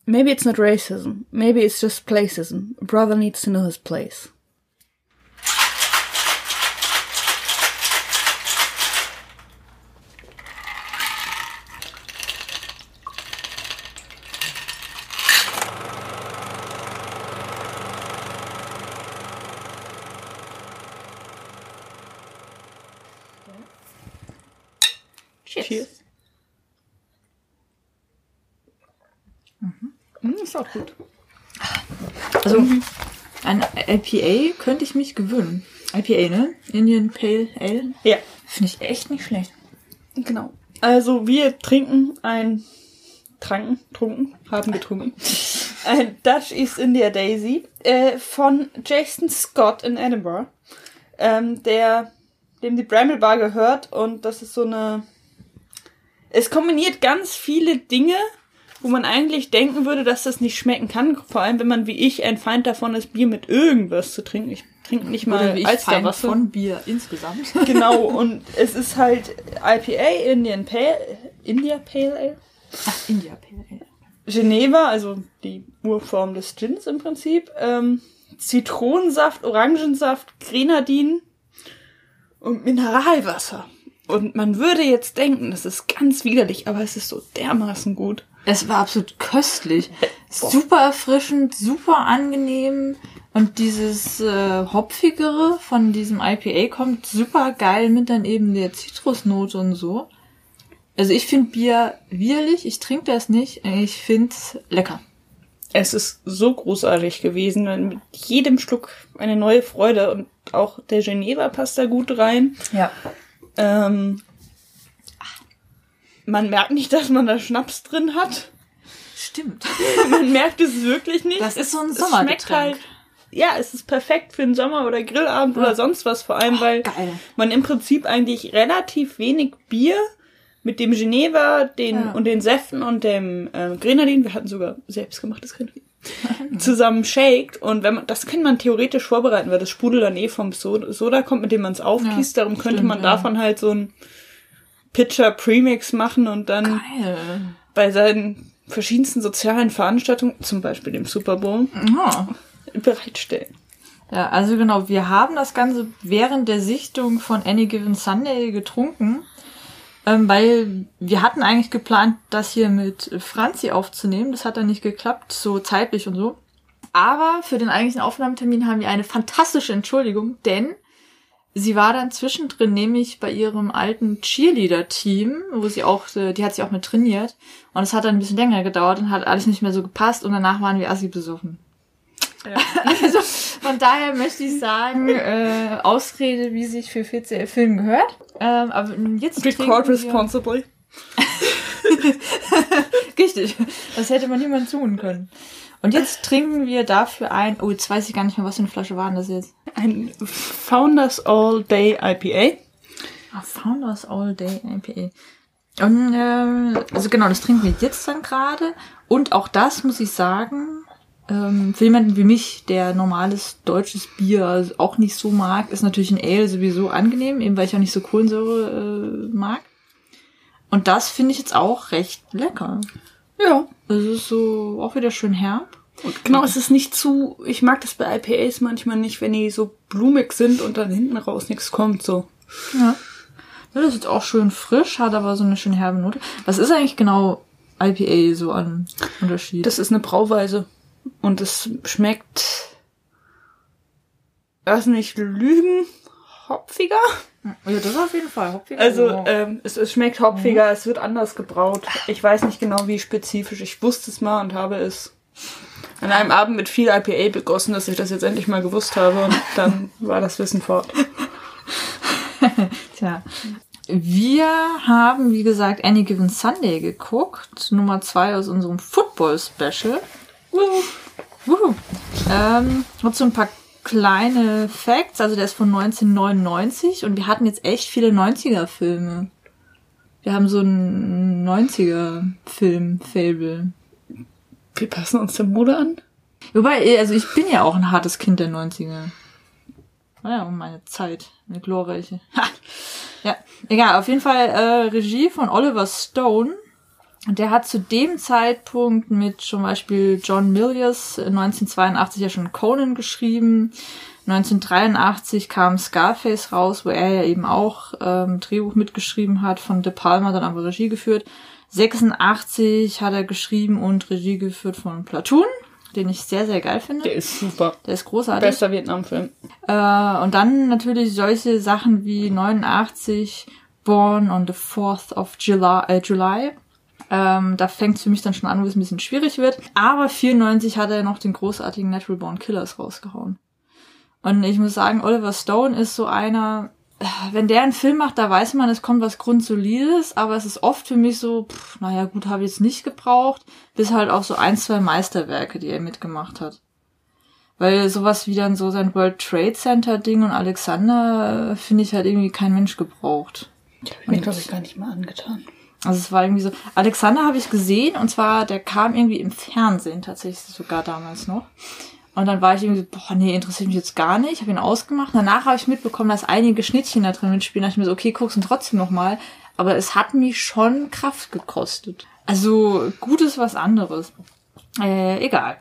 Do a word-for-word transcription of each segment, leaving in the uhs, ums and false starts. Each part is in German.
Maybe it's not racism. Maybe it's just placism. A brother needs to know his place. Cheers. Cheers. Mhm. Ist auch gut. Also, an I P A könnte ich mich gewöhnen. I P A, ne? Indian Pale Ale. Ja. Finde ich echt nicht schlecht. Genau. Also wir trinken ein... Tranken, trunken, haben getrunken. Ein Dutch East India Daisy äh, von Jason Scott in Edinburgh, ähm, der, dem die Bramble Bar gehört, und das ist so eine, es kombiniert ganz viele Dinge, wo man eigentlich denken würde, dass das nicht schmecken kann, vor allem wenn man wie ich ein Feind davon ist, Bier mit irgendwas zu trinken. Ich trinke nicht mal Oder wie ich Feind Alsterwasser. von Bier insgesamt. Genau, und es ist halt I P A, Indian Pale, India Pale Ale. Ach, India Pale Ale. Geneva, also die Urform des Gins im Prinzip, ähm, Zitronensaft, Orangensaft, Grenadin und Mineralwasser. Und man würde jetzt denken, das ist ganz widerlich, aber es ist so dermaßen gut. Es war absolut köstlich. Super erfrischend, super angenehm. Und dieses äh, Hopfigere von diesem I P A kommt super geil mit dann eben der Zitrusnote und so. Also ich finde Bier widerlich, ich trinke das nicht, ich find's lecker. Es ist so großartig gewesen, mit jedem Schluck eine neue Freude, und auch der Geneva passt da gut rein. Ja. Ähm, man merkt nicht, dass man da Schnaps drin hat. Stimmt. Man merkt es wirklich nicht. Das ist so ein es Sommergetränk. schmeckt halt, ja, es ist perfekt für den Sommer oder Grillabend, ja, oder sonst was, vor allem, oh, weil geil. man im Prinzip eigentlich relativ wenig Bier mit dem Geneva, den ja. und den Säften und dem äh, Grenadin, wir hatten sogar selbstgemachtes Grenadin, zusammen shakt, und wenn man, das kann man theoretisch vorbereiten, weil das Sprudel dann eh vom Soda, Soda kommt, mit dem man es aufgießt, ja, darum könnte stimmt, man ja. davon halt so ein Pitcher Premix machen und dann geil. bei seinen verschiedensten sozialen Veranstaltungen, zum Beispiel dem Super Bowl, ja. bereitstellen. Ja, also genau, wir haben das Ganze während der Sichtung von Any Given Sunday getrunken, ähm, weil wir hatten eigentlich geplant, das hier mit Franzi aufzunehmen. Das hat dann nicht geklappt, so zeitlich und so. Aber für den eigentlichen Aufnahmetermin haben wir eine fantastische Entschuldigung, denn sie war dann zwischendrin nämlich bei ihrem alten Cheerleader-Team, wo sie auch, die hat sie auch mit trainiert. Und es hat dann ein bisschen länger gedauert und hat alles nicht mehr so gepasst, und danach waren wir assi besoffen. Ja. Also von daher möchte ich sagen, äh, Ausrede, wie sich für V C L-Film gehört. Ähm, aber jetzt Record responsibly. Richtig, das hätte man niemandem tun können. Und jetzt trinken wir dafür ein, oh, jetzt weiß ich gar nicht mehr, was für eine Flasche war denn das jetzt? Ein Founders All Day I P A. Ah, Founders All Day I P A. Und, äh, also genau, das trinken wir jetzt dann gerade. Und auch das muss ich sagen, ähm, für jemanden wie mich, der normales deutsches Bier auch nicht so mag, ist natürlich ein Ale sowieso angenehm, eben weil ich auch nicht so Kohlensäure äh, mag. Und das finde ich jetzt auch recht lecker. Ja. Es ist so auch wieder schön herb. Und genau, es ist nicht zu, ich mag das bei I P As manchmal nicht, wenn die so blumig sind und dann hinten raus nichts kommt, so. Ja. Ja, das ist auch schön frisch, hat aber so eine schöne herbe Note. Was ist eigentlich genau I P A so an Unterschied? Das ist eine Brauweise. Und es schmeckt, lass nicht lügen, hopfiger. Ja, das ist auf jeden Fall hopfiger. Also, ja. ähm, es, es schmeckt hopfiger, mhm. Es wird anders gebraut. Ich weiß nicht genau, wie spezifisch. Ich wusste es mal und habe es an einem Abend mit viel I P A begossen, dass ich das jetzt endlich mal gewusst habe. Und dann war das Wissen fort. Tja. Wir haben, wie gesagt, Any Given Sunday geguckt. Nummer zwei aus unserem Football-Special. Wuhu. Wuhu. Ähm, hat so ein paar kleine Facts. Also der ist von neunzehnhundertneunundneunzig und wir hatten jetzt echt viele neunziger-Filme. Wir haben so einen neunziger-Film-Fable. Wir passen uns der Mode an. Wobei, also ich bin ja auch ein hartes Kind der neunziger. Naja, um meine Zeit, eine glorreiche. Ha. Ja, egal, auf jeden Fall äh, Regie von Oliver Stone. Der hat zu dem Zeitpunkt mit zum Beispiel John Milius neunzehnhundertzweiundachtzig ja schon Conan geschrieben. neunzehnhundertdreiundachtzig kam Scarface raus, wo er ja eben auch ähm, Drehbuch mitgeschrieben hat, von De Palma dann aber Regie geführt. sechsundachtzig hat er geschrieben und Regie geführt von Platoon, den ich sehr, sehr geil finde. Der ist super. Der ist großartig. Bester Vietnam-Film. Äh, und dann natürlich solche Sachen wie neunundachtzig, Born on the fourth of July, äh, July. Ähm, da fängt es für mich dann schon an, wo es ein bisschen schwierig wird. Aber vierundneunzig hat er noch den großartigen Natural Born Killers rausgehauen. Und ich muss sagen, Oliver Stone ist so einer, wenn der einen Film macht, da weiß man, es kommt was Grundsolides, aber es ist oft für mich so, pff, naja gut, habe ich jetzt nicht gebraucht, bis halt auch so ein, zwei Meisterwerke, die er mitgemacht hat. Weil sowas wie dann so sein World Trade Center Ding und Alexander, äh, finde ich halt irgendwie kein Mensch gebraucht. Ich habe mir, glaube ich, gar nicht mal angetan. Also es war irgendwie so, Alexander habe ich gesehen, und zwar, der kam irgendwie im Fernsehen tatsächlich sogar damals noch. Und dann war ich irgendwie so, boah, nee, interessiert mich jetzt gar nicht. Habe ihn ausgemacht. Danach habe ich mitbekommen, dass einige Schnittchen da drin mitspielen. Da dachte ich mir so, okay, guck's ihn trotzdem nochmal. Aber es hat mich schon Kraft gekostet. Also gut ist was anderes. Äh, egal.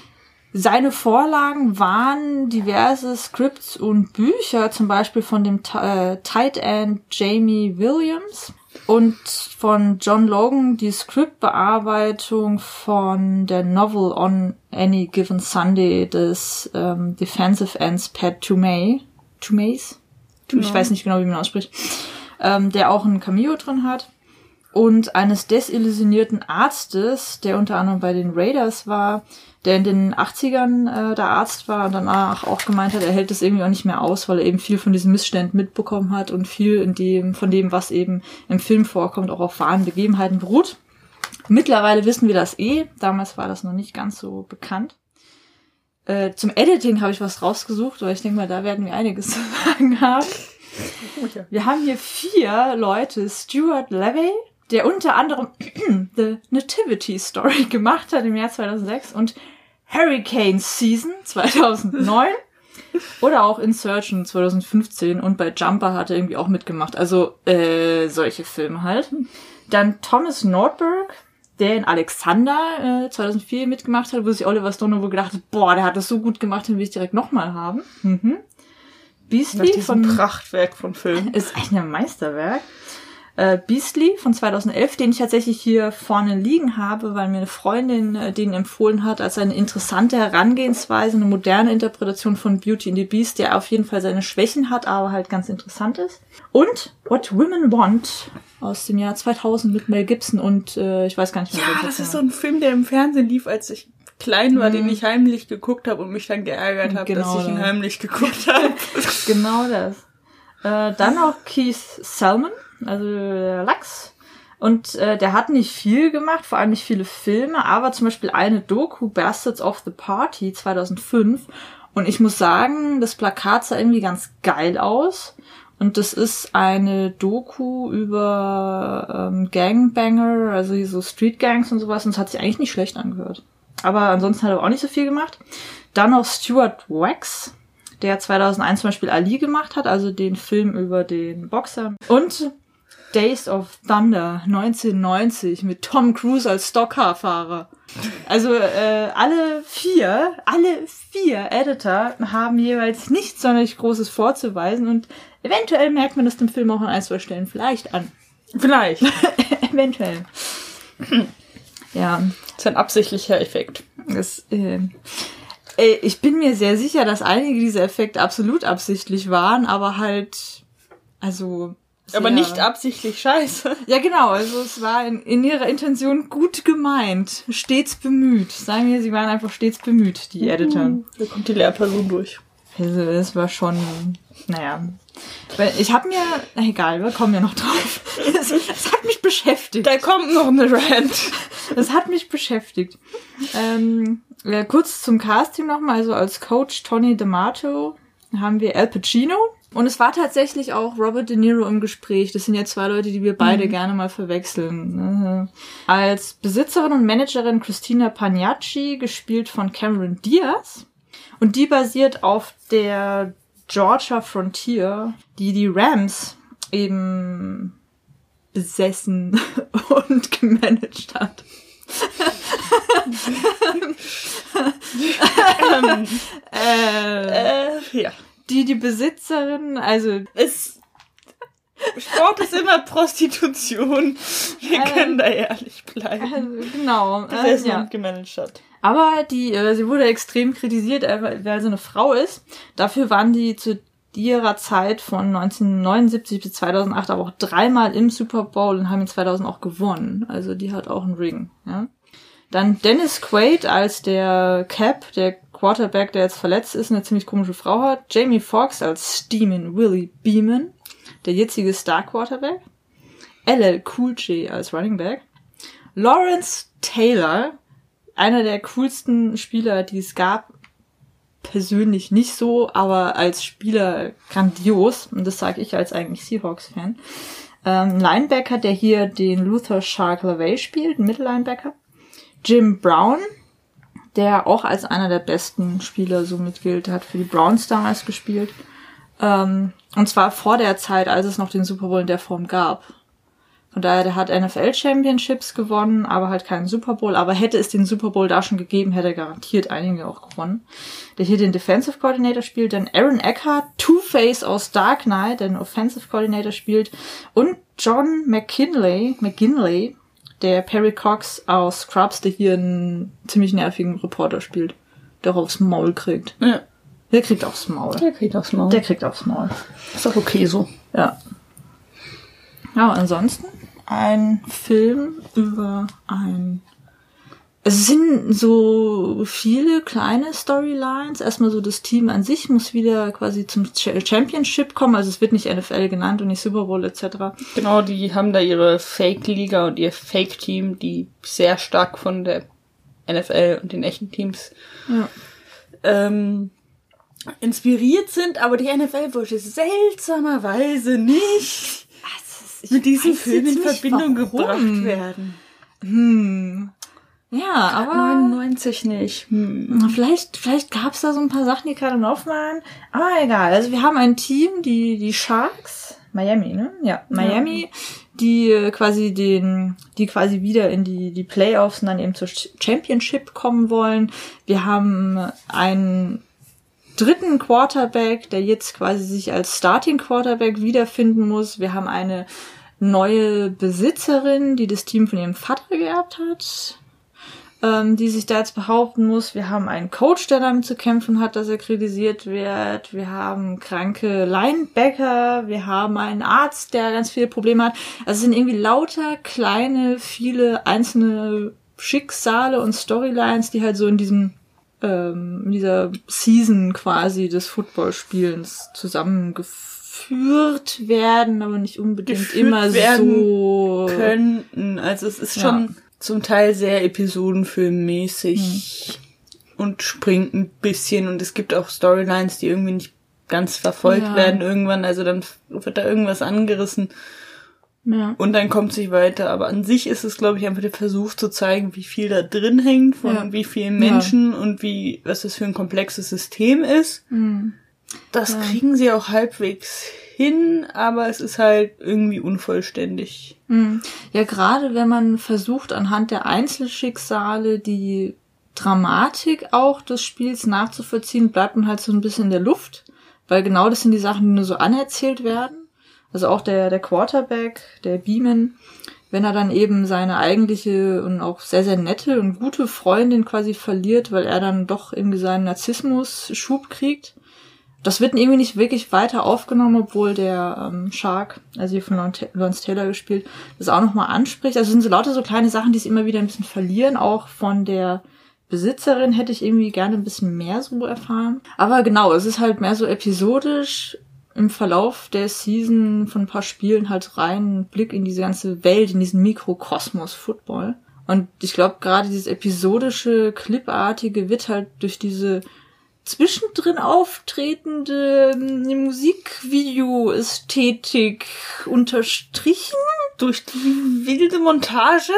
Seine Vorlagen waren diverse Scripts und Bücher, zum Beispiel von dem äh, Tight End Jamie Williams. Und von John Logan die Scriptbearbeitung von der Novel On Any Given Sunday des ähm, Defensive Ends Pat Toomey. Toomeys? Ich ja. weiß nicht genau, wie man ausspricht. Ähm, der auch ein Cameo drin hat. Und eines desillusionierten Arztes, der unter anderem bei den Raiders war, der in den achtzigern äh, der Arzt war und danach auch gemeint hat, er hält das irgendwie auch nicht mehr aus, weil er eben viel von diesen Missständen mitbekommen hat und viel in dem von dem, was eben im Film vorkommt, auch auf wahren Begebenheiten beruht. Mittlerweile wissen wir das eh, damals war das noch nicht ganz so bekannt. Äh, zum Editing habe ich was rausgesucht, weil ich denke mal, da werden wir einiges zu sagen haben. Wir haben hier vier Leute, Stuart Levey, der unter anderem The Nativity Story gemacht hat im Jahr zweitausendsechs und Hurricane Season zweitausendneun oder auch Insurgent zweitausendfünfzehn und bei Jumper hat er irgendwie auch mitgemacht. Also äh, solche Filme halt. Dann Thomas Nordberg, der in Alexander äh, zweitausendvier mitgemacht hat, wo sich Oliver Stone wohl gedacht hat, boah, der hat das so gut gemacht, den will ich direkt nochmal haben. Mhm. Beastly von Prachtwerk von Film. Ist eigentlich ein Meisterwerk. Äh, Beastly von zweitausendelf, den ich tatsächlich hier vorne liegen habe, weil mir eine Freundin äh, den empfohlen hat als eine interessante Herangehensweise, eine moderne Interpretation von Beauty and the Beast, der auf jeden Fall seine Schwächen hat, aber halt ganz interessant ist. Und What Women Want aus dem Jahr zweitausend mit Mel Gibson und äh, ich weiß gar nicht mehr. Ja, das ist so ein Film, der im Fernsehen lief, als ich klein war, mm. den ich heimlich geguckt habe und mich dann geärgert habe, genau, dass ich ihn das. heimlich geguckt habe. Genau das. Äh, dann noch Keith Salmon, also der Lachs. Und äh, der hat nicht viel gemacht, vor allem nicht viele Filme, aber zum Beispiel eine Doku, Bastards of the Party zweitausendfünf. Und ich muss sagen, das Plakat sah irgendwie ganz geil aus. Und das ist eine Doku über ähm, Gangbanger, also hier so Streetgangs und sowas. Und es hat sich eigentlich nicht schlecht angehört. Aber ansonsten hat er auch nicht so viel gemacht. Dann noch Stuart Wax, der zweitausendeins zum Beispiel Ali gemacht hat, also den Film über den Boxer. Und Days of Thunder neunzehnhundertneunzig mit Tom Cruise als Stockcar-Fahrer. Also äh, alle vier, alle vier Editor haben jeweils nichts sonderlich Großes vorzuweisen und eventuell merkt man das dem Film auch an ein, zwei Stellen vielleicht an. Vielleicht. Eventuell. Ja. Das ist ein absichtlicher Effekt. Das, äh, äh, ich bin mir sehr sicher, dass einige dieser Effekte absolut absichtlich waren, aber halt, also... Sehr, aber nicht absichtlich scheiße. Ja, genau. Also es war in, in ihrer Intention gut gemeint. Stets bemüht. Sagen wir, sie waren einfach stets bemüht, die Editor. Mhm. Da kommt die Lehrperson durch. Also es war schon, naja... Ich habe mir, na egal, wir kommen ja noch drauf. Es, es hat mich beschäftigt. Da kommt noch eine Rant. Es hat mich beschäftigt. Ähm, ja, kurz zum Casting nochmal. Also als Coach Tony D'Amato haben wir Al Pacino. Und es war tatsächlich auch Robert De Niro im Gespräch. Das sind ja zwei Leute, die wir beide mhm. gerne mal verwechseln. Als Besitzerin und Managerin Christina Pagnacci, gespielt von Cameron Diaz. Und die basiert auf der Georgia Frontier, die die Rams eben besessen und gemanagt hat. ähm, äh, äh, ja. Die, die Besitzerin, also... Es, Sport ist immer Prostitution. Wir äh, können da ehrlich bleiben. Also, genau. Besessen Äh, ja. und gemanagt hat. Aber die, äh, sie wurde extrem kritisiert, weil weil sie eine Frau ist. Dafür waren die zu ihrer Zeit von neunzehnhundertneunundsiebzig bis zweitausendacht aber auch dreimal im Super Bowl und haben ihn zweitausend auch gewonnen. Also die hat auch einen Ring. Ja. Dann Dennis Quaid als der Cap, der Quarterback, der jetzt verletzt ist, eine ziemlich komische Frau hat. Jamie Foxx als Steamin' Willie Beeman, der jetzige Star Quarterback. L L Cool J als Running Back. Lawrence Taylor, einer der coolsten Spieler, die es gab. Persönlich nicht so, aber als Spieler grandios. Und das sage ich als eigentlich Seahawks-Fan. Ähm, Linebacker, der hier den Luther Shark LaVey spielt, ein Mittellinebacker. Jim Brown, der auch als einer der besten Spieler so mitgilt, hat für die Browns damals gespielt. Ähm, und zwar vor der Zeit, als es noch den Super Bowl in der Form gab. Von daher, der hat N F L Championships gewonnen, aber halt keinen Super Bowl. Aber hätte es den Super Bowl da schon gegeben, hätte er garantiert einige auch gewonnen. Der hier den Defensive Coordinator spielt. Dann Aaron Eckhart, Two-Face aus Dark Knight, der den Offensive Coordinator spielt. Und John McKinley, McGinley, der Perry Cox aus Scrubs, der hier einen ziemlich nervigen Reporter spielt. Der auch aufs Maul kriegt. Ja. Der kriegt aufs Maul. Der kriegt aufs Maul. Der kriegt aufs Maul. Ist doch okay so. Ja. Ja, ansonsten ein Film über ein... Es sind so viele kleine Storylines. Erstmal so das Team an sich muss wieder quasi zum Championship kommen. Also es wird nicht N F L genannt und nicht Super Bowl et cetera. Genau, die haben da ihre Fake-Liga und ihr Fake-Team, die sehr stark von der N F L und den echten Teams Ja. ähm, inspiriert sind. Aber die N F L wollte seltsamerweise nicht mit diesem Film in Verbindung warum. gebracht werden. Hm. Ja, aber neunundneunzig nicht. Hm. Vielleicht, vielleicht gab's da so ein paar Sachen, die gerade im Laufen waren. Aber egal. Also wir haben ein Team, die die Sharks, Miami, ne? Ja, Miami, ja. die quasi den, die quasi wieder in die die Playoffs und dann eben zur Championship kommen wollen. Wir haben einen dritten Quarterback, der jetzt quasi sich als Starting Quarterback wiederfinden muss. Wir haben eine neue Besitzerin, die das Team von ihrem Vater geerbt hat, ähm, die sich da jetzt behaupten muss. Wir haben einen Coach, der damit zu kämpfen hat, dass er kritisiert wird. Wir haben kranke Linebacker. Wir haben einen Arzt, der ganz viele Probleme hat. Also es sind irgendwie lauter kleine, viele einzelne Schicksale und Storylines, die halt so in diesem in dieser Season quasi des Footballspielens zusammengeführt werden, aber nicht unbedingt Geführt immer so könnten. Also es ist schon ja. zum Teil sehr episodenfilmmäßig hm. und springt ein bisschen und es gibt auch Storylines, die irgendwie nicht ganz verfolgt ja. werden irgendwann. Also dann wird da irgendwas angerissen. Ja. Und dann kommt sich weiter. Aber an sich ist es, glaube ich, einfach der Versuch zu zeigen, wie viel da drin hängt von ja. wie vielen Menschen ja. und wie, was das für ein komplexes System ist. Mhm. Das ja. kriegen sie auch halbwegs hin, aber es ist halt irgendwie unvollständig. Mhm. Ja, gerade wenn man versucht, anhand der Einzelschicksale die Dramatik auch des Spiels nachzuvollziehen, bleibt man halt so ein bisschen in der Luft. Weil genau das sind die Sachen, die nur so anerzählt werden. Also auch der der Quarterback, der Beeman, wenn er dann eben seine eigentliche und auch sehr, sehr nette und gute Freundin quasi verliert, weil er dann doch irgendwie seinen Narzissmus-Schub kriegt. Das wird irgendwie nicht wirklich weiter aufgenommen, obwohl der ähm, Shark, also hier von Lawrence Taylor gespielt, das auch nochmal anspricht. Also es sind so lauter so kleine Sachen, die es immer wieder ein bisschen verlieren. Auch von der Besitzerin hätte ich irgendwie gerne ein bisschen mehr so erfahren. Aber genau, es ist halt mehr so episodisch, im Verlauf der Season von ein paar Spielen halt rein Blick in diese ganze Welt, in diesen Mikrokosmos Football. Und ich glaube, gerade dieses episodische, clipartige wird halt durch diese zwischendrin auftretende Musikvideo-Ästhetik unterstrichen. Durch die wilde Montage.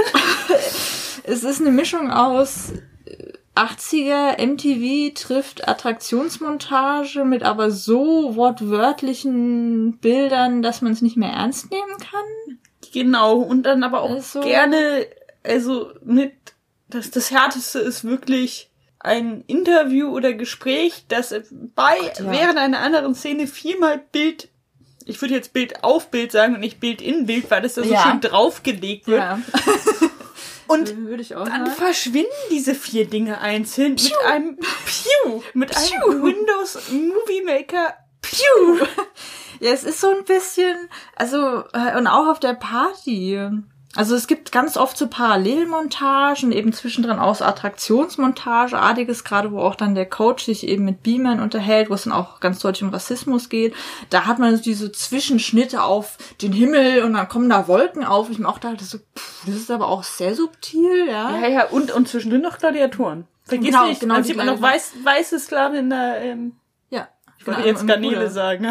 Es ist eine Mischung aus achtziger M T V trifft Attraktionsmontage mit aber so wortwörtlichen Bildern, dass man es nicht mehr ernst nehmen kann. Genau, und dann aber auch Also- gerne, also mit, das, das Härteste ist wirklich ein Interview oder Gespräch, das bei, Gott, ja. während einer anderen Szene viermal Bild, ich würde jetzt Bild auf Bild sagen und nicht Bild in Bild, weil das da so Ja. schön draufgelegt wird. Ja. Und Würde ich auch dann sagen. verschwinden diese vier Dinge einzeln mit einem Pew, mit einem Windows Movie Maker Pew. Ja, es ist so ein bisschen, also, äh, und auch auf der Party. Also es gibt ganz oft so Parallelmontagen, eben zwischendrin auch so Attraktionsmontageartiges, gerade wo auch dann der Coach sich eben mit Beamern unterhält, wo es dann auch ganz deutlich um Rassismus geht. Da hat man so diese Zwischenschnitte auf den Himmel und dann kommen da Wolken auf. Ich mir auch dachte so, pff, das ist aber auch sehr subtil, ja. Ja, ja, und, und zwischendrin noch Gladiatoren. Vergiss Genau, nicht, genau, dann die sieht man noch weiß, weiße Sklaven in der, ähm, Ja. ich wollte Genau, jetzt im Garnele Bruder. sagen.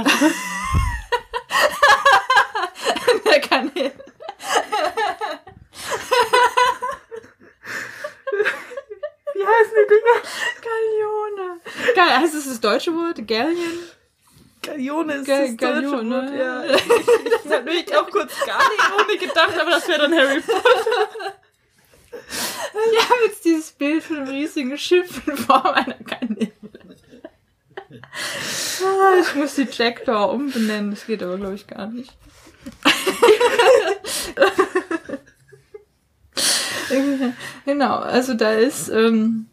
Der Kanäle. Wie heißen die Dinger? Galeone. Geil, heißt es das deutsche Wort? Galleon? Galione ist Ga- das Galione, deutsche Wort, ne? ja. Ich, ich, ich habe nämlich auch kurz Galione gedacht, aber das wäre dann Harry Potter. Wir haben jetzt dieses Bild von einem riesigen Schiff in Form einer Kanäle. Ah, ich muss die Jackdaw umbenennen, das geht aber, glaube ich, gar nicht. Genau, also da ist ähm,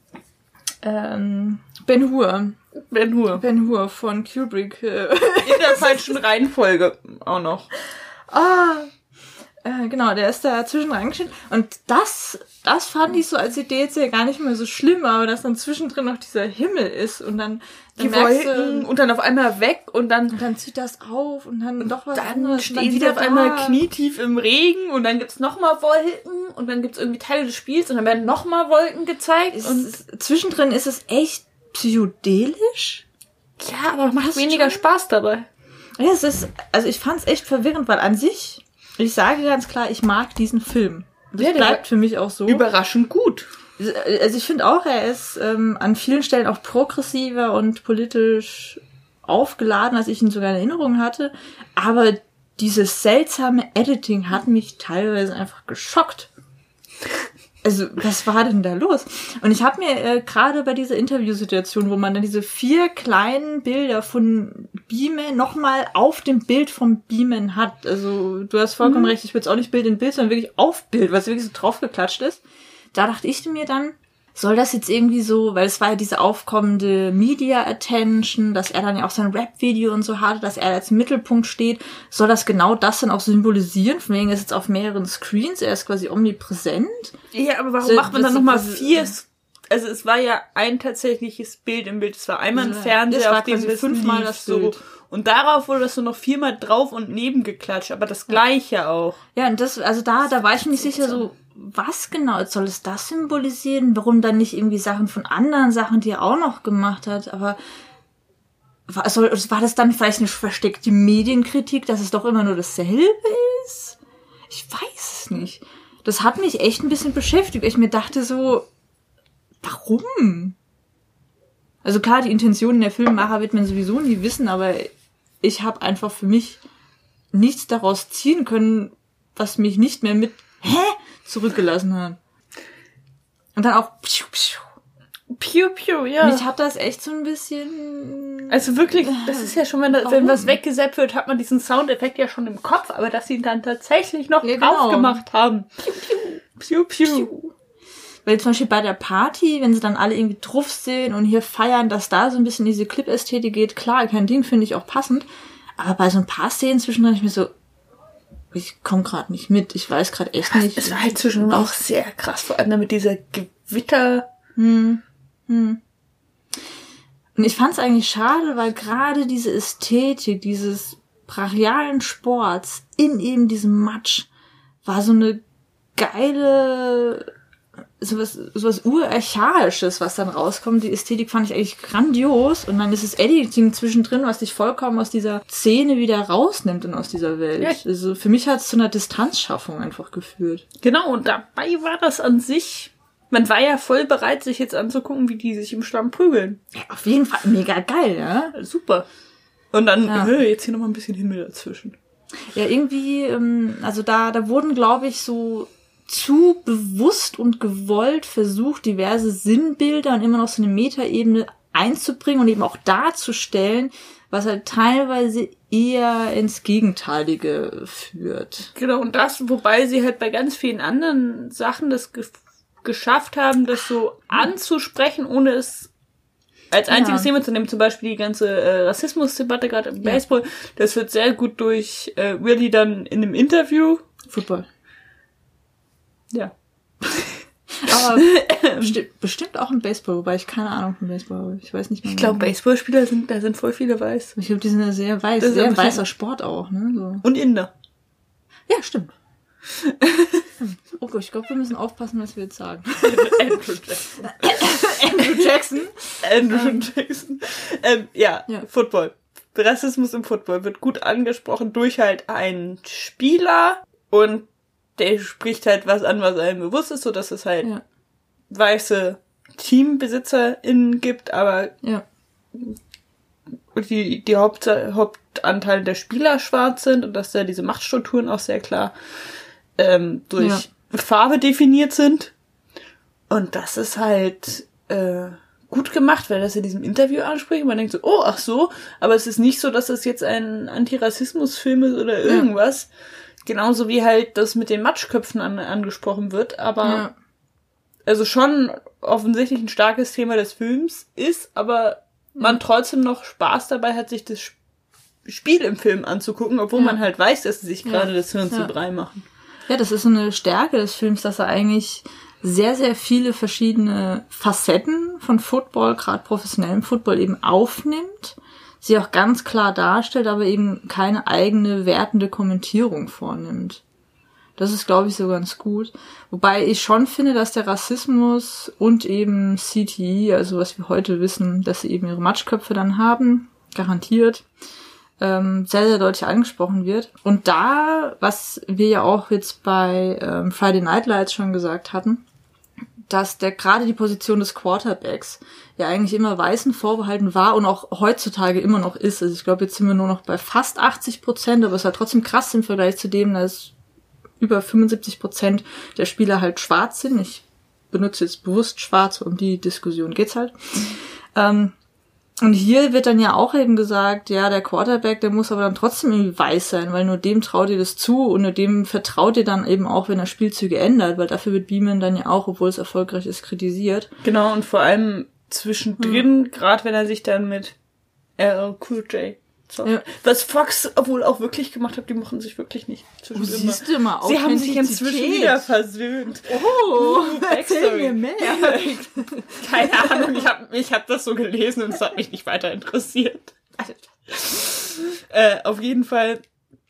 ähm, Ben Hur. Ben Hur. Ben Hur von Kubrick. Äh, In der falschen Reihenfolge auch noch. ah, äh, genau, der ist da zwischen reingeschnitten. Und das, das fand ich so als Idee jetzt ja gar nicht mehr so schlimm, aber dass dann zwischendrin noch dieser Himmel ist und dann, dann Die merkst Wolken du, und dann auf einmal weg und dann und dann zieht das auf und dann doch was dann anderes. und stehen sie wieder auf einmal da. knietief im Regen und dann gibt's nochmal Wolken und dann gibt's irgendwie Teile des Spiels und dann werden nochmal Wolken gezeigt. Es Und ist, zwischendrin ist es echt psychedelisch. ja, aber macht Passt weniger schon. Spaß dabei. Ja, es ist, also ich fand's echt verwirrend, weil an sich, ich sage ganz klar, ich mag diesen Film. Das Ja, der bleibt war für mich auch so. Überraschend gut. Also ich finde auch, er ist ähm, an vielen Stellen auch progressiver und politisch aufgeladen, als ich ihn sogar in Erinnerung hatte. Aber dieses seltsame Editing hat mich teilweise einfach geschockt. Also, was war denn da los? Und ich habe mir äh, gerade bei dieser Interviewsituation, wo man dann diese vier kleinen Bilder von Beeman nochmal auf dem Bild vom Beeman hat. Also, du hast vollkommen Mhm. recht, ich will jetzt auch nicht Bild in Bild, sondern wirklich auf Bild, was wirklich so draufgeklatscht ist. Da dachte ich mir dann, soll das jetzt irgendwie so, weil es war ja diese aufkommende Media Attention, dass er dann ja auch sein Rap-Video und so hatte, dass er als Mittelpunkt steht, soll das genau das dann auch symbolisieren? Von wegen ist jetzt auf mehreren Screens, er ist quasi omnipräsent. Ja, aber warum So, macht man das- dann nochmal das- vier? Also es war ja ein tatsächliches Bild im Bild. Es war einmal ein Also, Fernseher, das war auf dem quasi das fünfmal lief, das so. Bild. Und darauf wurde das so noch viermal drauf und neben geklatscht, aber das gleiche auch. Ja, und das, also da, da war ich mir nicht sicher, so, was genau soll es das symbolisieren? Warum dann nicht irgendwie Sachen von anderen Sachen, die er auch noch gemacht hat? Aber war, soll, war das dann vielleicht eine versteckte Medienkritik, dass es doch immer nur dasselbe ist? Ich weiß es nicht. Das hat mich echt ein bisschen beschäftigt. Ich mir dachte so, warum? Also klar, die Intentionen der Filmemacher wird man sowieso nie wissen, aber ich habe einfach für mich nichts daraus ziehen können, was mich nicht mehr mit hä? zurückgelassen hat. Und dann auch pschuh, pschuh. Piu, piu, ja. Mich hat das echt so ein bisschen... Also wirklich, das ist ja schon, wenn, da, wenn Warum? was weggesäppt wird, hat man diesen Soundeffekt ja schon im Kopf, aber dass sie ihn dann tatsächlich noch Ja, drauf genau. gemacht haben. Piu, piu. Piu. Weil zum Beispiel bei der Party, wenn sie dann alle irgendwie drauf sehen und hier feiern, dass da so ein bisschen diese Clip-Ästhetik geht, klar, kein Ding, finde ich auch passend. Aber bei so ein paar Szenen zwischendrin ich mir so, ich komme gerade nicht mit, ich weiß gerade echt nicht. Es war halt zwischendurch auch sehr krass, vor allem mit dieser Gewitter. Hm. Hm. Und ich fand es eigentlich schade, weil gerade diese Ästhetik dieses brachialen Sports in eben diesem Matsch war so eine geile, sowas, sowas urarchaisches, was dann rauskommt. Die Ästhetik fand ich eigentlich grandios und dann ist es Editing zwischendrin, was dich vollkommen aus dieser Szene wieder rausnimmt und aus dieser Welt. Ja. Also für mich hat es zu einer Distanzschaffung einfach geführt. Genau, und dabei war das an sich, man war ja voll bereit, sich jetzt anzugucken, wie die sich im Schlamm prügeln. Ja, auf jeden Fall mega geil, ja. Super. Und dann, Ja. äh, jetzt hier nochmal ein bisschen Himmel dazwischen. Ja, irgendwie, ähm, also da, da wurden, glaube ich, so zu bewusst und gewollt versucht, diverse Sinnbilder und immer noch so eine Metaebene einzubringen und eben auch darzustellen, was halt teilweise eher ins Gegenteilige führt. Genau, und das, wobei sie halt bei ganz vielen anderen Sachen das ge- geschafft haben, das so anzusprechen, ohne es als einziges Ja. Thema zu nehmen. Zum Beispiel die ganze äh, Rassismusdebatte gerade im Ja. Baseball. Das wird sehr gut durch äh, Willie dann in einem Interview. Football. Ja. Aber besti- bestimmt auch im Baseball, wobei ich keine Ahnung von Baseball habe. Ich weiß nicht mehr. Ich glaube, genau. Baseballspieler sind, da sind voll viele weiß. Ich glaube, die sind ja sehr weiß, Das ist sehr einfach- weißer Sport auch, ne? So. Und Inder. Ja, stimmt. Oh Gott, ich glaube, wir müssen aufpassen, was wir jetzt sagen. Andrew Jackson. Andrew Jackson. Andrew ähm. Jackson. Ähm, ja, Ja. Football. Rassismus im Football wird gut angesprochen durch halt einen Spieler und der spricht halt was an, was einem bewusst ist, so dass es halt Ja. weiße TeambesitzerInnen gibt, aber Ja. die, die Haupt, Hauptanteile der Spieler schwarz sind und dass da diese Machtstrukturen auch sehr klar ähm, durch Ja. Farbe definiert sind. Und das ist halt äh, gut gemacht, weil das in diesem Interview anspricht. Man denkt so, oh, ach so, aber es ist nicht so, dass das jetzt ein Antirassismusfilm ist oder irgendwas. Ja. Genauso wie halt das mit den Matschköpfen an, angesprochen wird, aber Ja. also schon offensichtlich ein starkes Thema des Films ist, aber man trotzdem noch Spaß dabei hat, sich das Spiel im Film anzugucken, obwohl Ja. man halt weiß, dass sie sich Ja. gerade das Hirn Ja. zu Brei machen. Ja, das ist so eine Stärke des Films, dass er eigentlich sehr, sehr viele verschiedene Facetten von Football, gerade professionellem Football, eben aufnimmt, sie auch ganz klar darstellt, aber eben keine eigene wertende Kommentierung vornimmt. Das ist, glaube ich, so ganz gut. Wobei ich schon finde, dass der Rassismus und eben C T E, also was wir heute wissen, dass sie eben ihre Matschköpfe dann haben, garantiert, ähm, sehr, sehr deutlich angesprochen wird. Und da, was wir ja auch jetzt bei ähm, Friday Night Lights schon gesagt hatten, dass der gerade die Position des Quarterbacks ja eigentlich immer Weißen vorbehalten war und auch heutzutage immer noch ist. Also ich glaube, jetzt sind wir nur noch bei fast achtzig Prozent, aber es ist halt trotzdem krass im Vergleich zu dem, dass über fünfundsiebzig Prozent der Spieler halt schwarz sind. Ich benutze jetzt bewusst schwarz, um die Diskussion geht's halt. Ähm, und hier wird dann ja auch eben gesagt, ja, der Quarterback, der muss aber dann trotzdem irgendwie weiß sein, weil nur dem traut ihr das zu und nur dem vertraut ihr dann eben auch, wenn er Spielzüge ändert, weil dafür wird Beeman dann ja auch, obwohl es erfolgreich ist, kritisiert. Genau, und vor allem zwischendrin, hm. gerade wenn er sich dann mit R L Cool J so. Ja. Was Fox wohl auch wirklich gemacht hat, die machen sich wirklich nicht. Oh, siehst du mal, sie haben sich inzwischen wieder versöhnt. Oh, erzähl mir mehr. Keine Ahnung, ich habe ich hab das so gelesen und es hat mich nicht weiter interessiert. äh, auf jeden Fall,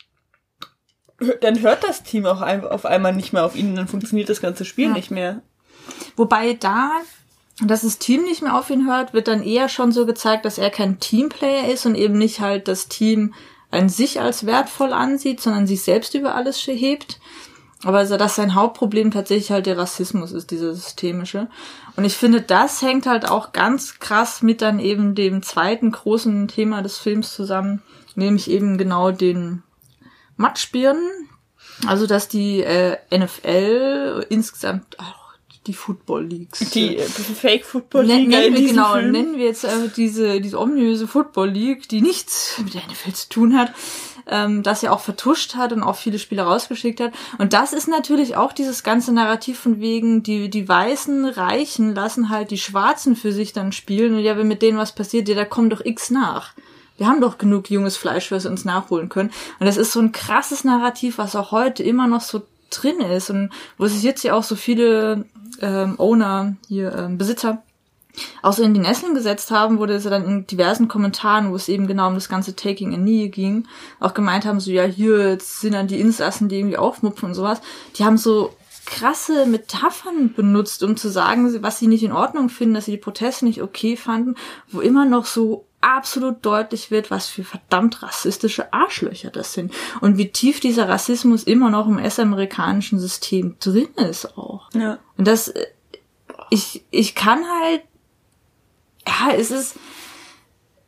dann hört das Team auch ein, auf einmal nicht mehr auf ihn und dann funktioniert das ganze Spiel ja. nicht mehr. Wobei da... dass das Team nicht mehr auf ihn hört, wird dann eher schon so gezeigt, dass er kein Teamplayer ist und eben nicht halt das Team an sich als wertvoll ansieht, sondern sich selbst über alles hebt. Aber also, dass sein Hauptproblem tatsächlich halt der Rassismus ist, dieser systemische. Und ich finde, das hängt halt auch ganz krass mit dann eben dem zweiten großen Thema des Films zusammen, nämlich eben genau den Matschbirnen. Also, dass die äh, N F L insgesamt... Oh, die Football Leagues. Die äh, Fake Football League. Nennen wir, genau, Film. nennen wir jetzt äh, diese, diese ominöse Football League, die nichts mit der N F L zu tun hat, ähm, das ja auch vertuscht hat und auch viele Spieler rausgeschickt hat. Und das ist natürlich auch dieses ganze Narrativ von wegen, die, die weißen Reichen lassen halt die Schwarzen für sich dann spielen und ja, wenn mit denen was passiert, ja, da kommen doch X nach. Wir haben doch genug junges Fleisch, was wir uns nachholen können. Und das ist so ein krasses Narrativ, was auch heute immer noch so drin ist und wo sich jetzt ja auch so viele ähm, Owner, hier ähm, Besitzer, auch so in die Nesseln gesetzt haben, wurde es ja dann in diversen Kommentaren, wo es eben genau um das ganze Taking a Knee ging, auch gemeint haben, so ja, hier, jetzt sind dann die Insassen, die irgendwie aufmupfen und sowas. Die haben so krasse Metaphern benutzt, um zu sagen, was sie nicht in Ordnung finden, dass sie die Proteste nicht okay fanden, wo immer noch so absolut deutlich wird, was für verdammt rassistische Arschlöcher das sind und wie tief dieser Rassismus immer noch im U S-amerikanischen System drin ist auch. Ja. Und das, ich, ich kann halt, ja, es ist,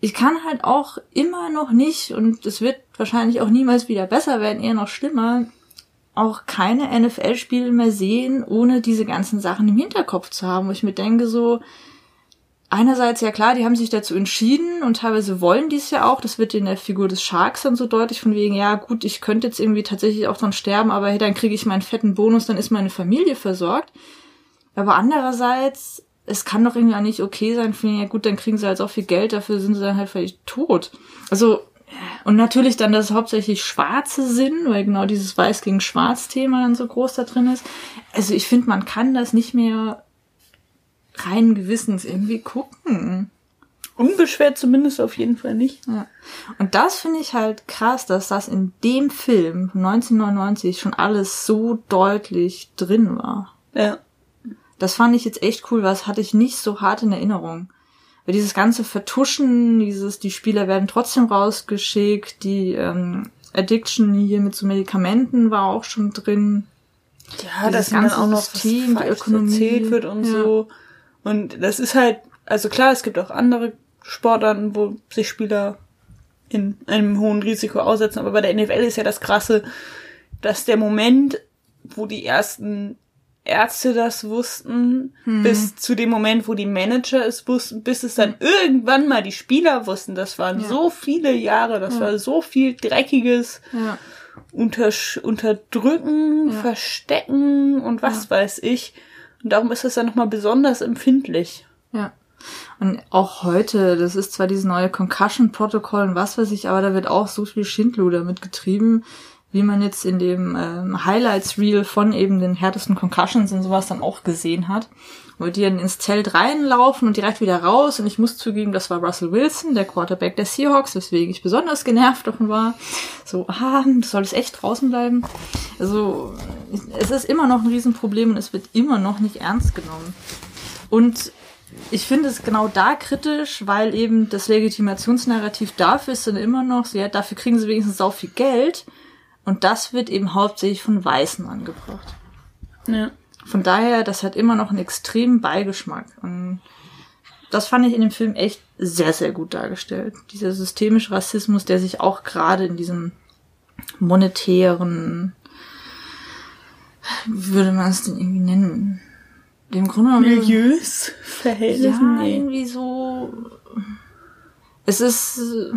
ich kann halt auch immer noch nicht, und es wird wahrscheinlich auch niemals wieder besser werden, eher noch schlimmer, auch keine N F L-Spiele mehr sehen, ohne diese ganzen Sachen im Hinterkopf zu haben, wo ich mir denke so, einerseits, ja klar, die haben sich dazu entschieden und teilweise wollen die es ja auch, das wird in der Figur des Sharks dann so deutlich, von wegen, ja gut, ich könnte jetzt irgendwie tatsächlich auch dann sterben, aber hey, dann kriege ich meinen fetten Bonus, dann ist meine Familie versorgt. Aber andererseits, es kann doch irgendwie auch nicht okay sein, für ja gut, dann kriegen sie halt so viel Geld, dafür sind sie dann halt völlig tot. Also, und natürlich dann, dass es hauptsächlich Schwarze sind, weil genau dieses Weiß gegen Schwarz-Thema dann so groß da drin ist. Also ich finde, man kann das nicht mehr rein Gewissens irgendwie gucken. Unbeschwert zumindest auf jeden Fall nicht. Ja. Und das finde ich halt krass, dass das in dem Film neunzehnhundertneunundneunzig schon alles so deutlich drin war. Ja. Das fand ich jetzt echt cool, weil das hatte ich nicht so hart in Erinnerung. Weil dieses ganze Vertuschen, dieses, die Spieler werden trotzdem rausgeschickt, die ähm, Addiction hier mit so Medikamenten war auch schon drin. Ja, das ganze auch noch System, die Ökonomie erzählt wird und ja. so. Und das ist halt, also klar, es gibt auch andere Sportarten, wo sich Spieler in einem hohen Risiko aussetzen, aber bei der N F L ist ja das Krasse, dass der Moment, wo die ersten Ärzte das wussten, hm. bis zu dem Moment, wo die Manager es wussten, bis es dann irgendwann mal die Spieler wussten. Das waren ja. so viele Jahre, das ja. war so viel Dreckiges ja. Untersch- Unterdrücken, ja. Verstecken und was ja. weiß ich. Und darum ist es dann nochmal besonders empfindlich. Ja. Und auch heute, das ist zwar dieses neue Concussion-Protokoll und was weiß ich, aber da wird auch so viel Schindluder mitgetrieben, wie man jetzt in dem ähm, Highlights-Reel von eben den härtesten Concussions und sowas dann auch gesehen hat, wo die dann ins Zelt reinlaufen und direkt wieder raus. Und ich muss zugeben, das war Russell Wilson, der Quarterback der Seahawks, weswegen ich besonders genervt davon war. So, ah, du solltest echt draußen bleiben. Also, es ist immer noch ein Riesenproblem und es wird immer noch nicht ernst genommen. Und ich finde es genau da kritisch, weil eben das Legitimationsnarrativ dafür ist dann immer noch, so, ja, dafür kriegen sie wenigstens sau viel Geld. Und das wird eben hauptsächlich von Weißen angebracht. Ja. Von daher, das hat immer noch einen extremen Beigeschmack. Und das fand ich in dem Film echt sehr, sehr gut dargestellt. Dieser systemische Rassismus, der sich auch gerade in diesem monetären, wie würde man es denn irgendwie nennen? Dem Grunde Milieus, Verhältnissen. Ja, irgendwie so. Es ist,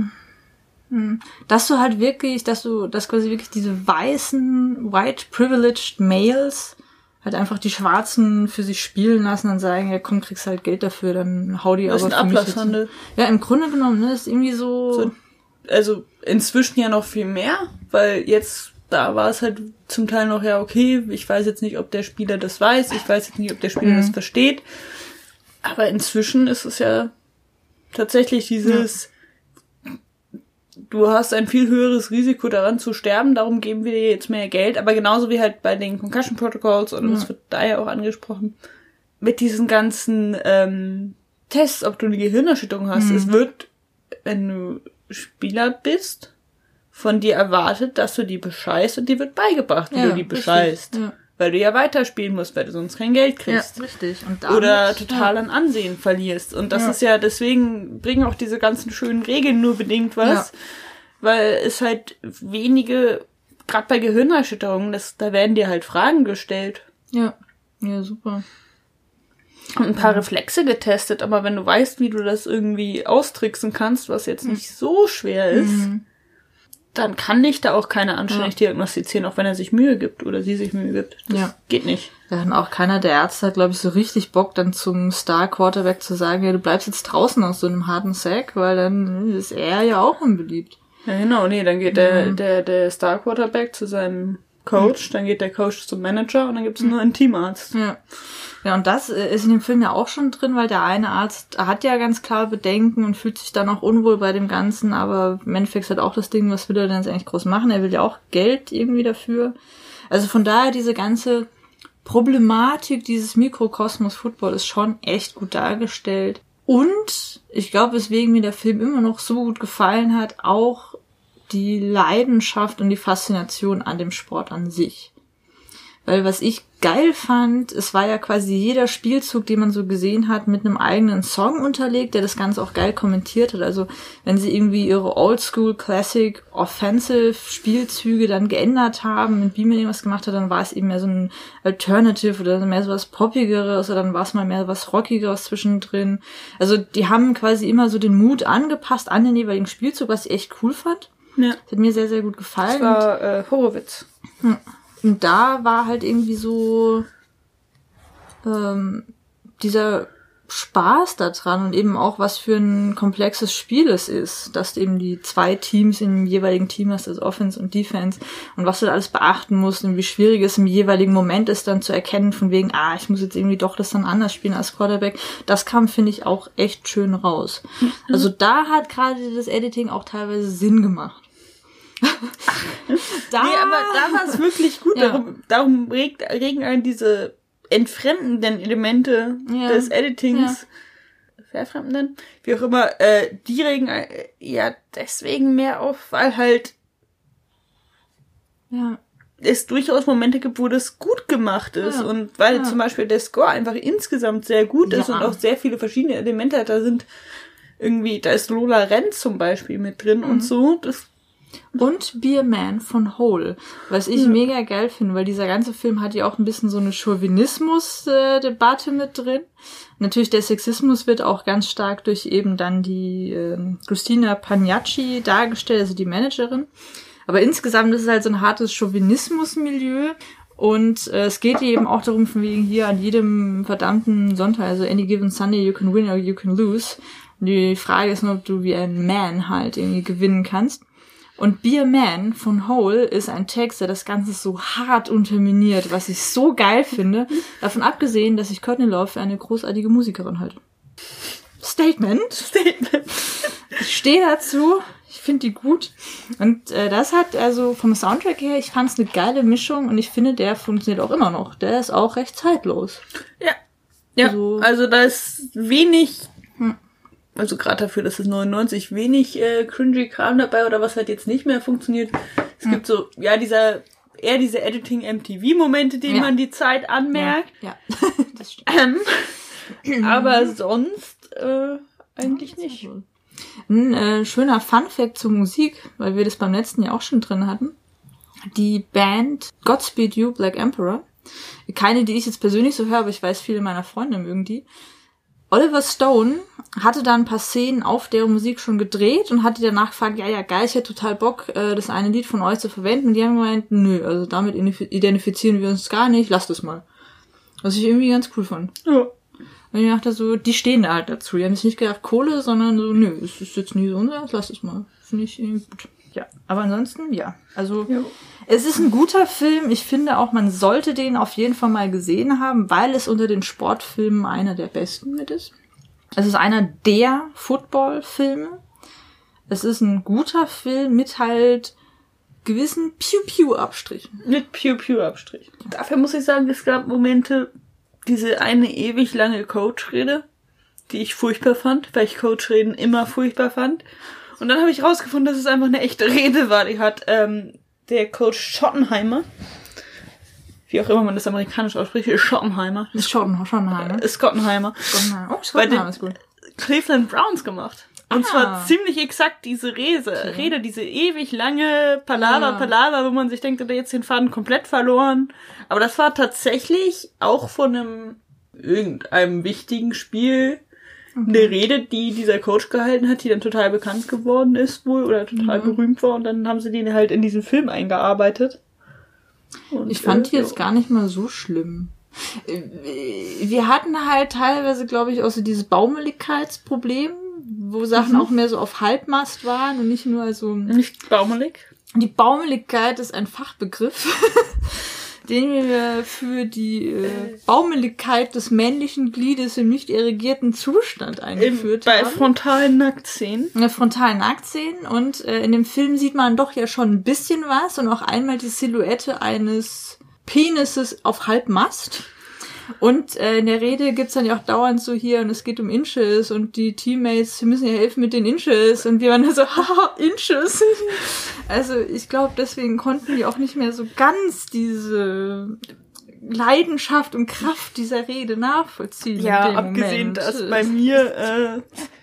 dass du halt wirklich, dass du, dass quasi wirklich diese weißen, white privileged Males halt einfach die Schwarzen für sich spielen lassen und sagen, ja komm, kriegst halt Geld dafür, dann hau die aber für mich. Das ist ein Ablasshandel. Ja, im Grunde genommen, ne, ist irgendwie so, so. Also inzwischen ja noch viel mehr, weil jetzt, da war es halt zum Teil noch, ja okay, ich weiß jetzt nicht, ob der Spieler das weiß, ich weiß jetzt nicht, ob der Spieler mhm. das versteht, aber inzwischen ist es ja tatsächlich dieses, ja. du hast ein viel höheres Risiko daran zu sterben, darum geben wir dir jetzt mehr Geld, aber genauso wie halt bei den Concussion Protocols, und das ja. wird da ja auch angesprochen, mit diesen ganzen ähm, Tests, ob du eine Gehirnerschütterung hast, mhm. es wird, wenn du Spieler bist, von dir erwartet, dass du die bescheißt und dir wird beigebracht, wie ja, du die bescheißt. Ja. Weil du ja weiterspielen musst, weil du sonst kein Geld kriegst. Ja, richtig. Und damit, oder total ja. an Ansehen verlierst. Und das ja. ist ja, deswegen bringen auch diese ganzen schönen Regeln nur bedingt was. Ja. Weil es halt wenige, gerade bei Gehirnerschütterungen, das, da werden dir halt Fragen gestellt. Ja, ja, super. Und ein paar ja. Reflexe getestet, aber wenn du weißt, wie du das irgendwie austricksen kannst, was jetzt nicht mhm. so schwer ist, mhm. dann kann dich da auch keiner anständig ja. diagnostizieren, auch wenn er sich Mühe gibt oder sie sich Mühe gibt. Das ja. geht nicht. Ja, und auch keiner der Ärzte hat, glaube ich, so richtig Bock, dann zum Star-Quarterback zu sagen, ja, du bleibst jetzt draußen aus so einem harten Sack, weil dann ist er ja auch unbeliebt. Ja, genau, nee, dann geht der, mhm. der, der Star-Quarterback zu seinem Coach, mhm. dann geht der Coach zum Manager und dann gibt's mhm. nur einen Teamarzt. Ja. Ja, und das ist in dem Film ja auch schon drin, weil der eine Arzt hat ja ganz klar Bedenken und fühlt sich dann auch unwohl bei dem Ganzen, aber im Endeffekt hat auch das Ding, was will er denn jetzt eigentlich groß machen? Er will ja auch Geld irgendwie dafür. Also von daher, diese ganze Problematik dieses Mikrokosmos Football ist schon echt gut dargestellt. Und ich glaube, weswegen mir der Film immer noch so gut gefallen hat, auch die Leidenschaft und die Faszination an dem Sport an sich. Weil was ich geil fand, es war ja quasi jeder Spielzug, den man so gesehen hat, mit einem eigenen Song unterlegt, der das Ganze auch geil kommentiert hat. Also wenn sie irgendwie ihre Oldschool Classic Offensive Spielzüge dann geändert haben, mit wie man irgendwas gemacht hat, dann war es eben mehr so ein Alternative oder mehr so was Poppigeres oder dann war es mal mehr was Rockigeres zwischendrin. Also die haben quasi immer so den Mut angepasst an den jeweiligen Spielzug, was ich echt cool fand. Ja. Das hat mir sehr, sehr gut gefallen. Das war äh, Horowitz. Hm. Und da war halt irgendwie so ähm, dieser Spaß da dran und eben auch, was für ein komplexes Spiel es ist, dass du eben die zwei Teams im jeweiligen Team hast, also Offense und Defense, und was du da alles beachten musst und wie schwierig es im jeweiligen Moment ist, dann zu erkennen, von wegen, ah, ich muss jetzt irgendwie doch das dann anders spielen als Quarterback. Das kam, finde ich, auch echt schön raus. Mhm. Also da hat gerade das Editing auch teilweise Sinn gemacht. da, nee, aber da war es wirklich gut. Ja. Darum, darum regt, regen einen diese entfremdenden Elemente ja. des Editings, ja. verfremdenden, wie auch immer, äh, die regen äh, ja deswegen mehr auf, weil halt ja. es durchaus Momente gibt, wo das gut gemacht ist ja. und weil ja. zum Beispiel der Score einfach insgesamt sehr gut ist ja. und auch sehr viele verschiedene Elemente da sind. Irgendwie, da ist Lola Renz zum Beispiel mit drin mhm. und so. Das Und Be a Man von Hole, was ich ja. mega geil finde, weil dieser ganze Film hat ja auch ein bisschen so eine Chauvinismus-Debatte mit drin. Natürlich der Sexismus wird auch ganz stark durch eben dann die äh, Christina Pagnacci dargestellt, also die Managerin. Aber insgesamt ist es halt so ein hartes Chauvinismus-Milieu. Und äh, es geht eben auch darum, von wegen hier an jedem verdammten Sonntag, also any given Sunday, you can win or you can lose. Und die Frage ist nur, ob du wie ein Man halt irgendwie gewinnen kannst. Und Be a Man von Hole ist ein Text, der das Ganze so hart unterminiert, was ich so geil finde. Davon abgesehen, dass ich Courtney Love für eine großartige Musikerin halte. Statement. Statement. Ich stehe dazu. Ich finde die gut. Und äh, das hat also vom Soundtrack her, ich fand es eine geile Mischung und ich finde, der funktioniert auch immer noch. Der ist auch recht zeitlos. Ja. Ja, also, also da ist wenig... Hm. Also gerade dafür, dass es neunundneunzig wenig äh, cringy Kram dabei oder was halt jetzt nicht mehr funktioniert. Es hm. gibt so, ja, dieser eher diese Editing-M T V-Momente, denen ja. man die Zeit anmerkt. Ja, ja. Das stimmt. Ähm, aber sonst äh, eigentlich ja, nicht. Ein äh, schöner Fun-Fact zur Musik, weil wir das beim letzten Jahr auch schon drin hatten. Die Band Godspeed You, Black Emperor. Keine, die ich jetzt persönlich so höre, aber ich weiß, viele meiner Freunde mögen die. Oliver Stone hatte da ein paar Szenen auf deren Musik schon gedreht und hat die danach gefragt, ja, ja, geil, ich hätte total Bock, das eine Lied von euch zu verwenden. Und die haben gemeint, nö, also damit identifizieren wir uns gar nicht, lasst es mal. Was ich irgendwie ganz cool fand. Ja. Und ich dachte so, die stehen da halt dazu. Die haben sich nicht gedacht, Kohle, sondern so, nö, es ist jetzt nie so unser, lasst es mal. Finde ich irgendwie gut. Ja, aber ansonsten, ja. Also, ja. Es ist ein guter Film. Ich finde auch, man sollte den auf jeden Fall mal gesehen haben, weil es unter den Sportfilmen einer der besten mit ist. Es ist einer der Football-Filme. Es ist ein guter Film mit halt gewissen Piu-Piu-Abstrichen. Mit Piu-Piu-Abstrichen. Dafür muss ich sagen, es gab Momente, diese eine ewig lange Coach-Rede, die ich furchtbar fand, weil ich Coach-Reden immer furchtbar fand. Und dann habe ich rausgefunden, dass es einfach eine echte Rede war. Die hat ähm, der Coach Schottenheimer, wie auch immer man das amerikanisch ausspricht, Schottenheimer. Ist Schotten, Schottenheimer. Ist Schottenheimer. Schottenheimer. Oh, Schottenheimer ist gut. Cleveland Browns gemacht. Und ah. zwar ziemlich exakt diese Rede, okay. Rede, diese ewig lange Palaver, ja. Palaver, wo man sich denkt, hat er jetzt den Faden komplett verloren. Aber das war tatsächlich auch von einem irgendeinem wichtigen Spiel okay. eine Rede, die dieser Coach gehalten hat, die dann total bekannt geworden ist wohl oder total mhm. berühmt war. Und dann haben sie den halt in diesen Film eingearbeitet. Und ich fand äh, die jetzt ja. gar nicht mal so schlimm. Wir hatten halt teilweise, glaube ich, auch so dieses Baumeligkeitsproblem, wo Sachen mhm. auch mehr so auf Halbmast waren und nicht nur also... Nicht baumelig? Die Baumeligkeit ist ein Fachbegriff, den wir für die äh, Baumeligkeit des männlichen Gliedes im nicht irrigierten Zustand eingeführt Im, bei haben. Bei frontalen Nacktszenen. Ja, frontalen Nacktszenen. Und äh, in dem Film sieht man doch ja schon ein bisschen was und auch einmal die Silhouette eines Penises auf Halbmast. Und äh, in der Rede gibt's dann ja auch dauernd so hier, und es geht um Inches und die Teammates müssen ja helfen mit den Inches und wir waren da so, haha, Inches. Also ich glaube, deswegen konnten die auch nicht mehr so ganz diese Leidenschaft und Kraft dieser Rede nachvollziehen. Ja, in dem abgesehen, Moment. dass bei mir äh,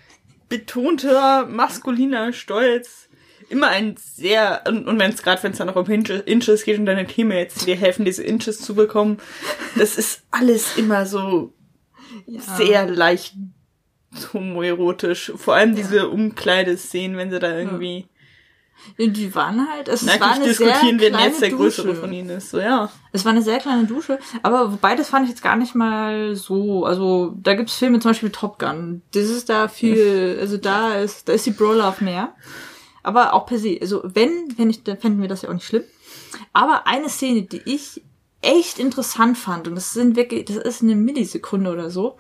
betonter maskuliner Stolz immer ein sehr, und, und wenn es gerade, wenn es dann noch um Inches, Inches geht und deine Teammates dir helfen, diese Inches zu bekommen, das ist alles immer so ja. sehr leicht homoerotisch. Vor allem diese ja. Umkleideszenen, wenn sie da irgendwie... Ja, die waren halt... Es, es war eine diskutieren, sehr wer jetzt der Dusche. größere von ihnen ist. So, ja. Es war eine sehr kleine Dusche, aber wobei, das fand ich jetzt gar nicht mal so... Also, da gibt's Filme, zum Beispiel Top Gun. Das ist da viel... Also, da ist da ist die Bro-Love mehr. Aber auch per se, also wenn, wenn ich, dann fänden wir das ja auch nicht schlimm. Aber eine Szene, die ich echt interessant fand, und das sind wirklich, das ist eine Millisekunde oder so,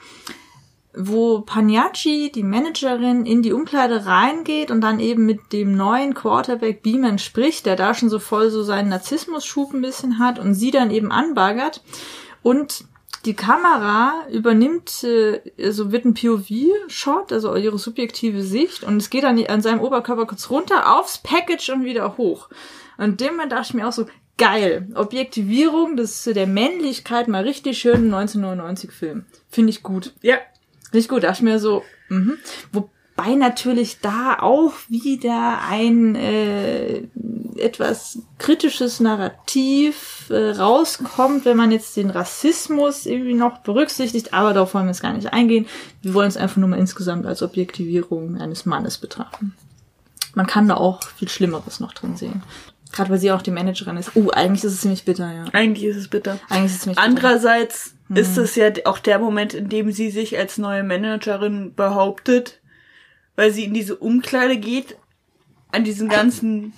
wo Pagliacci, die Managerin, in die Umkleide reingeht und dann eben mit dem neuen Quarterback Beeman spricht, der da schon so voll so seinen Narzissmus-Schub ein bisschen hat und sie dann eben anbaggert. Und die Kamera übernimmt, also wird ein P O V-Shot, also ihre subjektive Sicht, und es geht dann an seinem Oberkörper kurz runter, aufs Package und wieder hoch. Und in dem Moment dachte ich mir auch so, geil, Objektivierung des, der Männlichkeit, mal richtig schön im neunzehnhundertneunundneunzig-Film. Finde ich gut. Ja. Finde ich gut, dachte ich mir so, mhm. Wobei natürlich da auch wieder ein äh, etwas kritisches Narrativ äh, rauskommt, wenn man jetzt den Rassismus irgendwie noch berücksichtigt, aber darauf wollen wir jetzt gar nicht eingehen. Wir wollen es einfach nur mal insgesamt als Objektivierung eines Mannes betrachten. Man kann da auch viel Schlimmeres noch drin sehen. Gerade weil sie auch die Managerin ist. Uh, eigentlich ist es ziemlich bitter, ja. Eigentlich ist es bitter. Eigentlich ist es ziemlich bitter. Andererseits hm. ist es ja auch der Moment, in dem sie sich als neue Managerin behauptet, weil sie in diese Umkleide geht, an diesen ganzen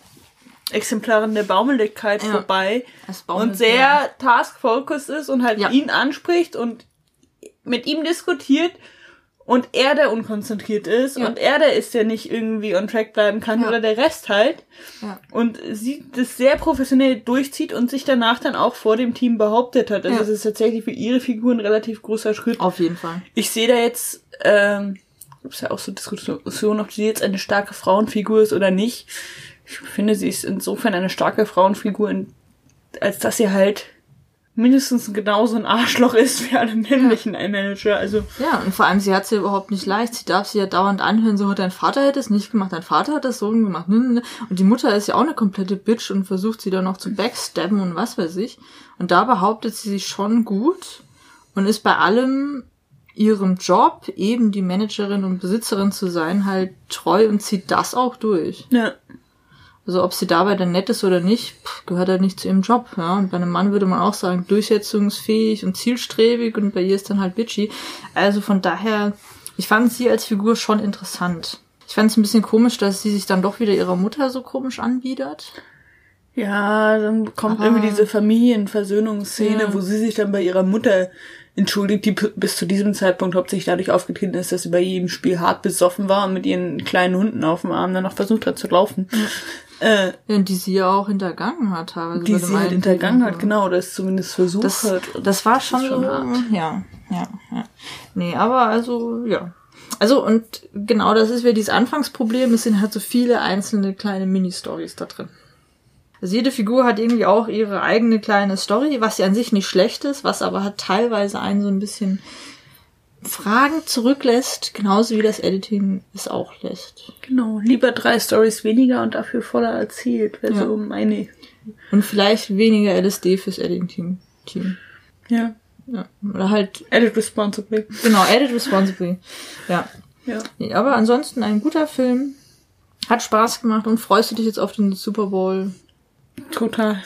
Exemplaren der Baumeligkeit ja. vorbei und sehr ja. task-focused ist und halt ja. ihn anspricht und mit ihm diskutiert und er der unkonzentriert ist ja. und er der ist, der nicht irgendwie on track bleiben kann ja. oder der Rest halt ja. und sie das sehr professionell durchzieht und sich danach dann auch vor dem Team behauptet hat. Also ja. das ist tatsächlich für ihre Figur ein relativ großer Schritt. Auf jeden Fall. Ich sehe da jetzt ähm, gibt's ja auch so Diskussionen, ob sie jetzt eine starke Frauenfigur ist oder nicht. Ich finde, sie ist insofern eine starke Frauenfigur, als dass sie halt mindestens genauso ein Arschloch ist wie alle männlichen ja. Manager. Also ja, und vor allem, sie hat es ja überhaupt nicht leicht. Sie darf sie ja dauernd anhören, so, dein Vater hätte es nicht gemacht, dein Vater hat das so gemacht. Und die Mutter ist ja auch eine komplette Bitch und versucht sie dann noch zu backstabben und was weiß ich. Und da behauptet sie sich schon gut und ist bei allem ihrem Job, eben die Managerin und Besitzerin zu sein, halt treu und zieht das auch durch. Ja. Also ob sie dabei dann nett ist oder nicht, pff, gehört halt nicht zu ihrem Job. Ja. Und bei einem Mann würde man auch sagen, durchsetzungsfähig und zielstrebig, und bei ihr ist dann halt bitchy. Also von daher, ich fand sie als Figur schon interessant. Ich fand es ein bisschen komisch, dass sie sich dann doch wieder ihrer Mutter so komisch anbietet. Ja, dann kommt Aber irgendwie diese Familienversöhnungsszene, ja. wo sie sich dann bei ihrer Mutter entschuldigt, die p- bis zu diesem Zeitpunkt hauptsächlich dadurch aufgetreten ist, dass sie bei jedem Spiel hart besoffen war und mit ihren kleinen Hunden auf dem Arm dann noch versucht hat zu laufen. Ja. Äh, ja, die sie ja auch hintergangen hat. Teilweise die sie halt hintergangen hat, genau, oder es zumindest versucht das, hat. Das war schon, schon so, hart. ja, ja, ja. Nee, aber also, ja. Also, und genau das ist wieder dieses Anfangsproblem, es sind halt so viele einzelne kleine Mini-Stories da drin. Also jede Figur hat irgendwie auch ihre eigene kleine Story, was ja an sich nicht schlecht ist, was aber halt teilweise einen so ein bisschen Fragen zurücklässt, genauso wie das Editing es auch lässt. Genau, lieber drei Stories weniger und dafür voller erzählt, wäre ja. so meine. Und vielleicht weniger L S D fürs Editing-Team. Ja. Ja. Oder halt... Edit responsibly. Genau, edit responsibly. Ja. Ja. Nee, aber ansonsten ein guter Film. Hat Spaß gemacht. Und freust du dich jetzt auf den Super Bowl? Total.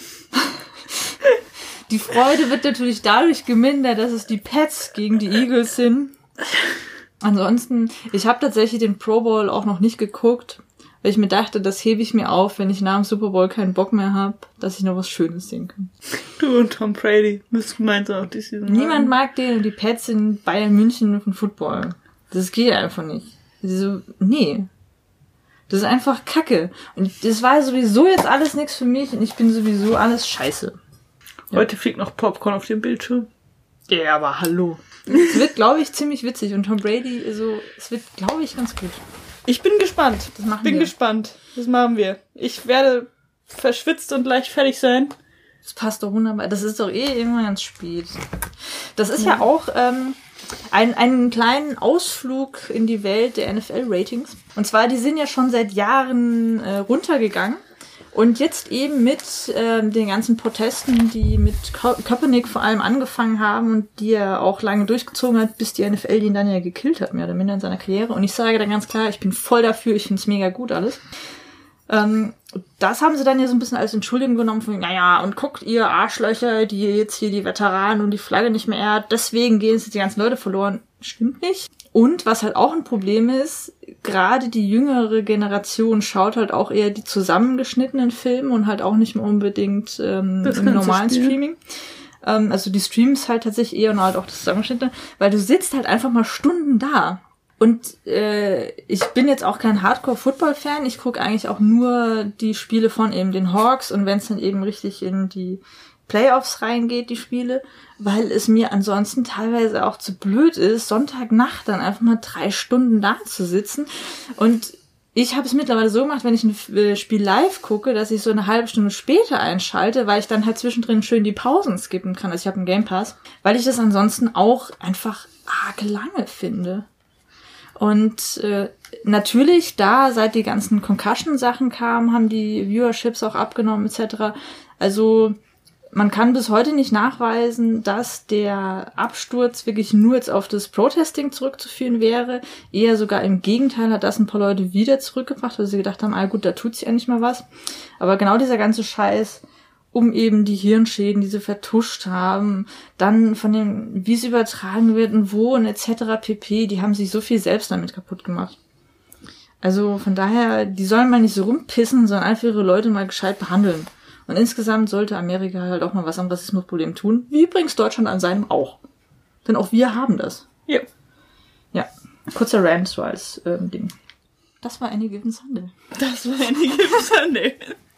Die Freude wird natürlich dadurch gemindert, dass es die Pats gegen die Eagles sind. Ansonsten, ich habe tatsächlich den Pro Bowl auch noch nicht geguckt, weil ich mir dachte, das hebe ich mir auf, wenn ich nach dem Super Bowl keinen Bock mehr habe, dass ich noch was Schönes sehen kann. Du und Tom Brady müssen gemeinsam auch die Season Niemand haben. mag den und die Pats sind Bayern München von Football. Das geht einfach nicht. So, nee. Das ist einfach Kacke. Und das war sowieso jetzt alles nichts für mich und ich bin sowieso alles scheiße. Ja. Heute fliegt noch Popcorn auf dem Bildschirm. Ja, aber hallo. Es wird, glaube ich, ziemlich witzig und Tom Brady, also, es wird, glaube ich, ganz gut. Ich bin gespannt. Das machen bin wir. gespannt. Das machen wir. Ich werde verschwitzt und leicht fertig sein. Das passt doch wunderbar. Das ist doch eh immer ganz spät. Das ist ja, ja auch ähm, ein, einen kleinen Ausflug in die Welt der N F L-Ratings. Und zwar, die sind ja schon seit Jahren äh, runtergegangen. Und jetzt eben mit ähm, den ganzen Protesten, die mit Ka- Kaepernick vor allem angefangen haben und die er auch lange durchgezogen hat, bis die N F L ihn dann ja gekillt hat, mehr oder minder in seiner Karriere. Und ich sage dann ganz klar, ich bin voll dafür, ich finde es mega gut alles. Ähm, das haben sie dann ja so ein bisschen als Entschuldigung genommen von, naja, und guckt ihr Arschlöcher, die jetzt hier die Veteranen und die Flagge nicht mehr ehrt, deswegen gehen jetzt die ganzen Leute verloren. Stimmt nicht. Und was halt auch ein Problem ist, gerade die jüngere Generation schaut halt auch eher die zusammengeschnittenen Filme und halt auch nicht mehr unbedingt ähm, im normalen Streaming. Ähm, also die Streams halt tatsächlich eher und halt auch das Zusammengeschnittene, weil du sitzt halt einfach mal Stunden da. Und äh, ich bin jetzt auch kein Hardcore-Football-Fan. Ich gucke eigentlich auch nur die Spiele von eben den Hawks und wenn es dann eben richtig in die Playoffs reingeht, die Spiele, weil es mir ansonsten teilweise auch zu blöd ist, Sonntagnacht dann einfach mal drei Stunden da zu sitzen. Und ich habe es mittlerweile so gemacht, wenn ich ein Spiel live gucke, dass ich so eine halbe Stunde später einschalte, weil ich dann halt zwischendrin schön die Pausen skippen kann. Also ich habe einen Game Pass, weil ich das ansonsten auch einfach arg lange finde. Und äh, natürlich, da seit die ganzen Concussion-Sachen kamen, haben die Viewerships auch abgenommen et cetera. Also man kann bis heute nicht nachweisen, dass der Absturz wirklich nur jetzt auf das Protesting zurückzuführen wäre. Eher sogar im Gegenteil hat das ein paar Leute wieder zurückgebracht, weil sie gedacht haben, ah gut, da tut sich endlich mal was. Aber genau dieser ganze Scheiß, um eben die Hirnschäden, die sie vertuscht haben, dann von dem, wie es übertragen wird und wo und et cetera pp., die haben sich so viel selbst damit kaputt gemacht. Also von daher, die sollen mal nicht so rumpissen, sondern einfach ihre Leute mal gescheit behandeln. Und insgesamt sollte Amerika halt auch mal was am Rassismusproblem tun. Wie übrigens Deutschland an seinem auch. Denn auch wir haben das. Ja. Ja. Kurzer Rant so als ähm, Ding. Das war Any Given Sunday. Das war Any Given Sunday.